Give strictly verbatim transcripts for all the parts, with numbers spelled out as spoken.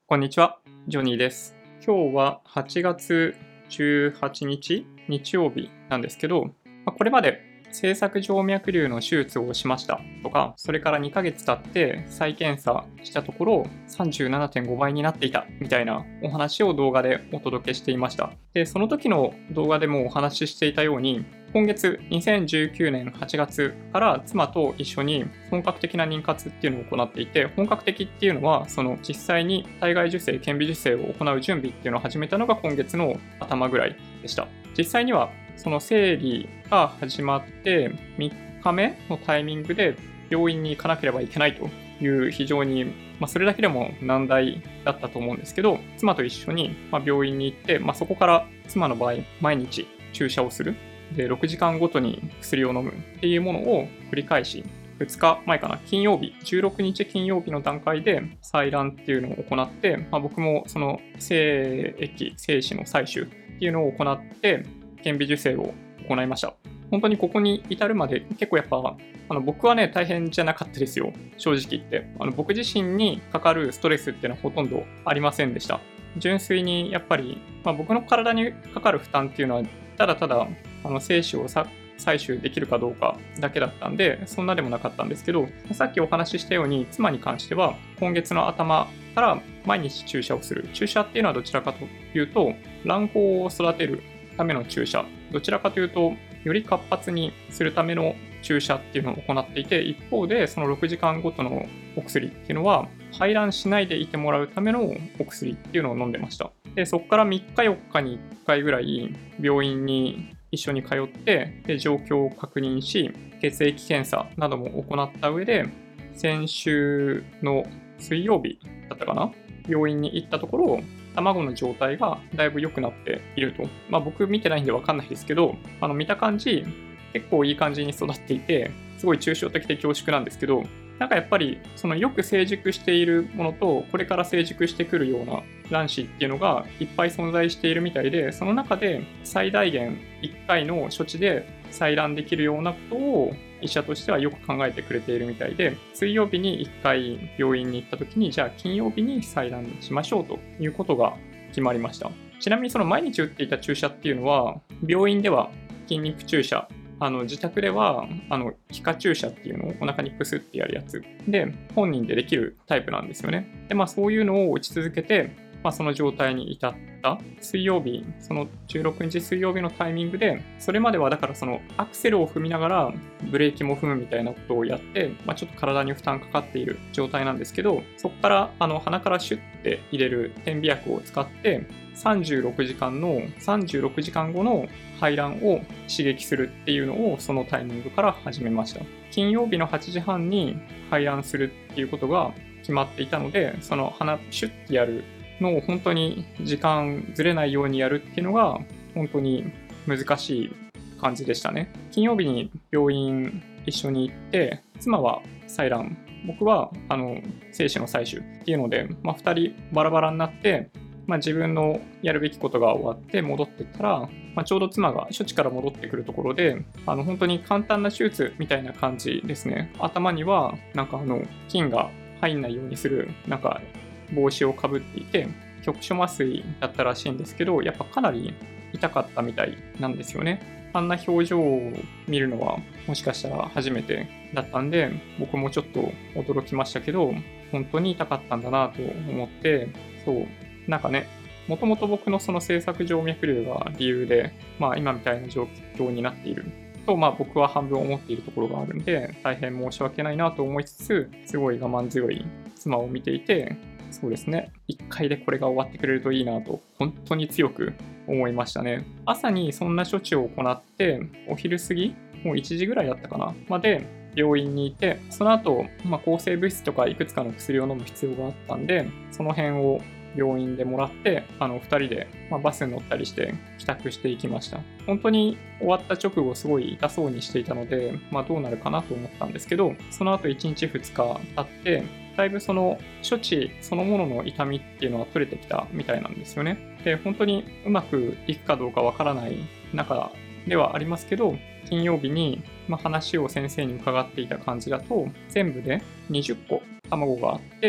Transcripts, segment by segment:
こんにちは、ジョニーです。今日ははちがつじゅうはちにち、日曜日なんですけど、これまで制作静脈瘤の手術をしましたとか、それからにかげつ経って再検査したところ さんじゅうななてんごばいになっていたみたいなお話を動画でお届けしていました。で、その時の動画でもお話ししていたように、今月にせんじゅうきゅうねんはちがつから妻と一緒に本格的な妊活っていうのを行っていて、本格的っていうのはその実際に体外受精、顕微授精を行う準備っていうのを始めたのが今月の頭ぐらいでした。実際にはその生理が始まってみっかめのタイミングで病院に行かなければいけないという非常に、まあ、それだけでも難題だったと思うんですけど、妻と一緒に病院に行って、まあ、そこから妻の場合毎日注射をする。で、ろくじかんごとに薬を飲むっていうものを繰り返し、ふつかまえかな、金曜日、じゅうろくにち金曜日の段階で採卵っていうのを行って、まあ、僕もその精液、精子の採取っていうのを行って、顕微授精を行いました。本当にここに至るまで結構やっぱ、あの僕はね、大変じゃなかったですよ。正直言って。あの僕自身にかかるストレスっていうのはほとんどありませんでした。純粋にやっぱり、まあ、僕の体にかかる負担っていうのは、ただただあの精子をさ採取できるかどうかだけだったんで、そんなでもなかったんですけど、さっきお話ししたように、妻に関しては、今月の頭から毎日注射をする。注射っていうのはどちらかというと、卵胞を育てるための注射。どちらかというと、より活発にするための注射っていうのを行っていて、一方で、そのろくじかんごとのお薬っていうのは、排卵しないでいてもらうためのお薬っていうのを飲んでました。で、そこからみっかよっかにいっかいぐらい病院に一緒に通って、で状況を確認し、血液検査なども行った上で、先週の水曜日だったかな、病院に行ったところ、卵の状態がだいぶ良くなっていると。まあ僕見てないんで分かんないですけど、あの見た感じ、結構いい感じに育っていて、すごい抽象的で恐縮なんですけど、なんかやっぱりそのよく成熟しているものとこれから成熟してくるような卵子っていうのがいっぱい存在しているみたいで、その中で最大限いっかいの処置で採卵できるようなことを医者としてはよく考えてくれているみたいで、水曜日にいっかい病院に行った時に、じゃあ金曜日に採卵しましょうということが決まりました。ちなみにその毎日打っていた注射っていうのは、病院では筋肉注射、あの自宅ではあの皮下注射っていうのをお腹にプスってやるやつで本人でできるタイプなんですよね。で、まあそういうのを打ち続けて、まあ、その状態に至った水曜日、そのじゅうろくにち水曜日のタイミングで、それまではだからそのアクセルを踏みながらブレーキも踏むみたいなことをやって、まあ、ちょっと体に負担かかっている状態なんですけど、そこからあの鼻からシュッて入れる点鼻薬を使ってさんじゅうろくじかんのさんじゅうろくじかんごの排卵を刺激するっていうのをそのタイミングから始めました。金曜日のはちじはんに排卵するっていうことが決まっていたので、その鼻シュッてやるのを本当に時間ずれないようにやるっていうのが本当に難しい感じでしたね。金曜日に病院一緒に行って、妻は採卵、僕はあの精子の採取っていうので、まあ、ふたりバラバラになって、まあ、自分のやるべきことが終わって戻っていったら、まあ、ちょうど妻が処置から戻ってくるところで、あの本当に簡単な手術みたいな感じですね。頭にはなんかあの菌が入んないようにするなんか帽子をかぶっていて、局所麻酔だったらしいんですけど、やっぱかなり痛かったみたいなんですよね。あんな表情を見るのはもしかしたら初めてだったんで、僕もちょっと驚きましたけど、本当に痛かったんだなと思って、そう、なんかね、もともと僕のその制作静脈瘤が理由で、まあ今みたいな状況になっていると、まあ僕は半分思っているところがあるんで、大変申し訳ないなと思いつつ、すごい我慢強い妻を見ていて、そうですね、いっかいでこれが終わってくれるといいなと、本当に強く思いましたね。朝にそんな処置を行って、お昼過ぎ、もういちじぐらいだったかな、まで病院にいて、その後、まあ、抗生物質とかいくつかの薬を飲む必要があったんで、その辺を病院でもらって、あのふたりで、まあ、バスに乗ったりして帰宅していきました。本当に終わった直後すごい痛そうにしていたので、まあ、どうなるかなと思ったんですけど、その後いちにちふつか経って、だいぶその処置そのものの痛みっていうのは取れてきたみたいなんですよね。で、本当にうまくいくかどうかわからない中ではありますけど、金曜日に、まあ、話を先生に伺っていた感じだと、全部でにじゅっこ卵があって、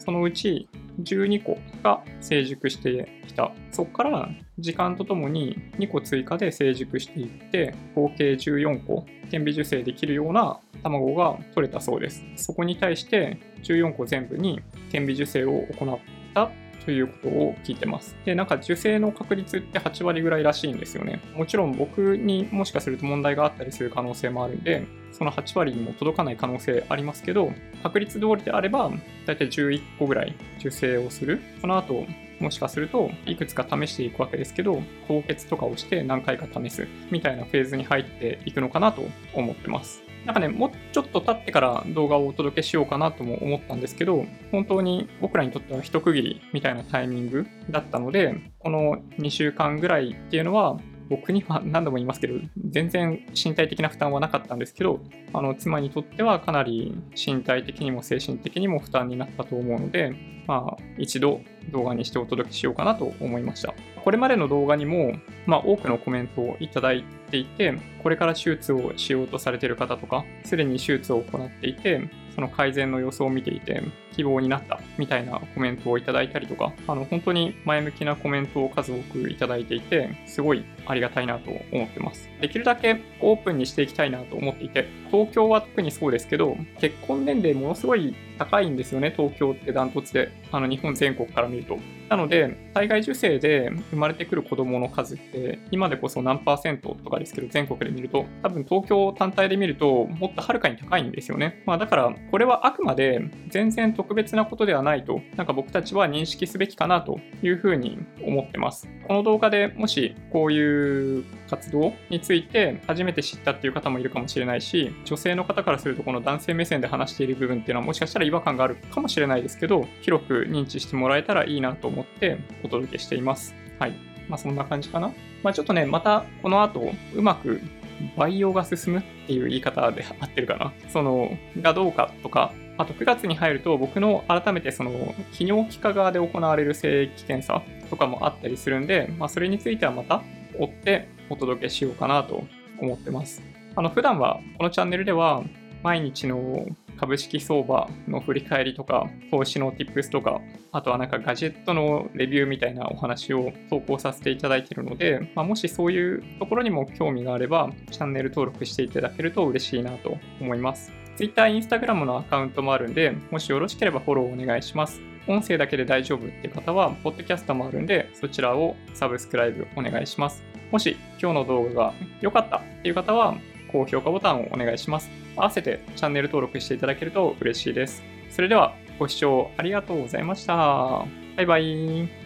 そのうちじゅうにこが成熟してきた。そこから時間とともににこ追加で成熟していって、合計じゅうよんこ顕微授精できるような卵が取れたそうです。そこに対してじゅうよんこ全部に顕微授精を行ったということを聞いてます。で、なんか受精の確率ってはちわりぐらいらしいんですよね。もちろん僕にもしかすると問題があったりする可能性もあるんで、そのはちわりにも届かない可能性ありますけど、確率通りであれば、だいたいじゅういっこぐらい受精をする。その後、もしかするといくつか試していくわけですけど、凍結とかをして何回か試すみたいなフェーズに入っていくのかなと思ってます。なんかね、もうちょっと経ってから動画をお届けしようかなとも思ったんですけど、本当に僕らにとっては一区切りみたいなタイミングだったので、このにしゅうかんぐらいっていうのは、僕には何度も言いますけど、全然身体的な負担はなかったんですけど、あの妻にとってはかなり身体的にも精神的にも負担になったと思うので、まあ、一度動画にしてお届けしようかなと思いました。これまでの動画にも、まあ、多くのコメントをいただいていて、これから手術をしようとされている方とか、すでに手術を行っていて、その改善の様子を見ていて、希望になったみたいなコメントをいただいたりとか、あの本当に前向きなコメントを数多くいただいていて、すごいありがたいなと思ってます。できるだけオープンにしていきたいなと思っていて、東京は特にそうですけど、結婚年齢ものすごい高いんですよね、東京ってダントツで。あの日本全国から見ると。なので、体外受精で生まれてくる子供の数って、今でこそ何パーセントとかですけど、全国で見ると、多分東京単体で見ると、もっとはるかに高いんですよね。まあだから、これはあくまで全然特別なことではないと、なんか僕たちは認識すべきかなというふうに思ってます。この動画でもしこういう活動について初めて知ったっていう方もいるかもしれないし、女性の方からするとこの男性目線で話している部分っていうのはもしかしたら違和感があるかもしれないですけど、広く認知してもらえたらいいなと思ってお届けしています。はい。まあそんな感じかな。まあちょっとね、またこの後うまく培養が進むっていう言い方で合ってるかな。その、がどうかとか、あとくがつに入ると僕の改めてその泌尿器科側で行われる精液検査とかもあったりするんで、まあそれについてはまた追ってお届けしようかなと思ってます。あの普段はこのチャンネルでは毎日の株式相場の振り返りとか、投資の Tips とか、あとはなんかガジェットのレビューみたいなお話を投稿させていただいているので、まあ、もしそういうところにも興味があれば、チャンネル登録していただけると嬉しいなと思います。Twitter、Instagram のアカウントもあるんで、もしよろしければフォローお願いします。音声だけで大丈夫っていう方は、ポッドキャストもあるんで、そちらをサブスクライブお願いします。もし今日の動画が良かったっていう方は、高評価ボタンをお願いします。合わせてチャンネル登録していただけると嬉しいです。それではご視聴ありがとうございました。バイバイ。